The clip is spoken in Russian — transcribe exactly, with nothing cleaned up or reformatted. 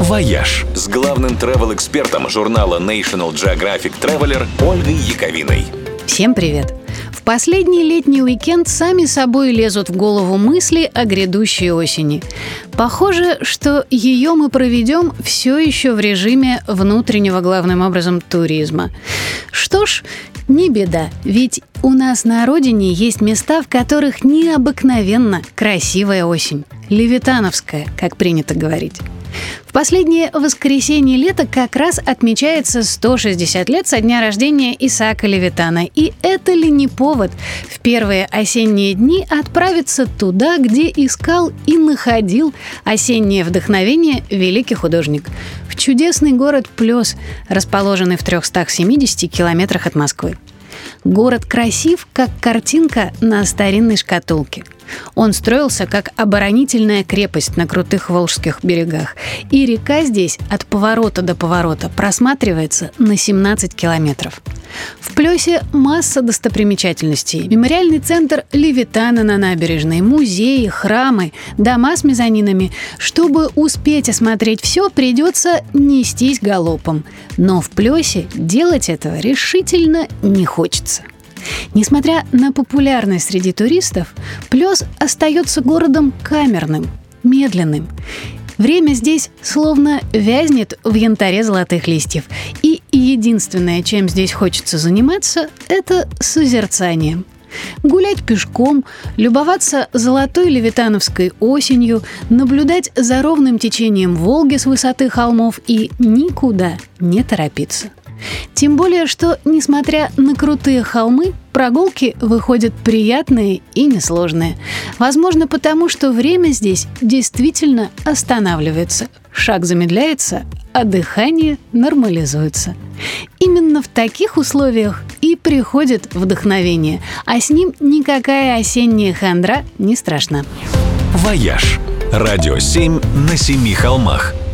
«Вояж» с главным travel-экспертом журнала National Geographic Traveler Ольгой Яковиной. Всем привет! В последний летний уикенд сами собой лезут в голову мысли о грядущей осени. Похоже, что ее мы проведем все еще в режиме внутреннего, главным образом, туризма. Что ж, не беда, ведь у нас на родине есть места, в которых необыкновенно красивая осень. Левитановская, как принято говорить. В последнее воскресенье лета как раз отмечается сто шестьдесят лет со дня рождения Исаака Левитана. И это ли не повод в первые осенние дни отправиться туда, где искал и находил осеннее вдохновение великий художник? В чудесный город Плёс, расположенный в трехстах семидесяти километрах от Москвы. Город красив, как картинка на старинной шкатулке. Он строился как оборонительная крепость на крутых волжских берегах. И река здесь от поворота до поворота просматривается на семнадцать километров. В Плёсе масса достопримечательностей. Мемориальный центр Левитана на набережной, музеи, храмы, дома с мезонинами. Чтобы успеть осмотреть все, придется нестись галопом. Но в Плёсе делать этого решительно не хочется. Несмотря на популярность среди туристов, Плёс остается городом камерным, медленным. Время здесь словно вязнет в янтаре золотых листьев. И единственное, чем здесь хочется заниматься, это созерцанием. Гулять пешком, любоваться золотой левитановской осенью, наблюдать за ровным течением Волги с высоты холмов и никуда не торопиться. Тем более, что, несмотря на крутые холмы, прогулки выходят приятные и несложные. Возможно, потому что время здесь действительно останавливается. Шаг замедляется, а дыхание нормализуется. Именно в таких условиях и приходит вдохновение, а с ним никакая осенняя хандра не страшна. «Вояж» – радио семь на семи холмах.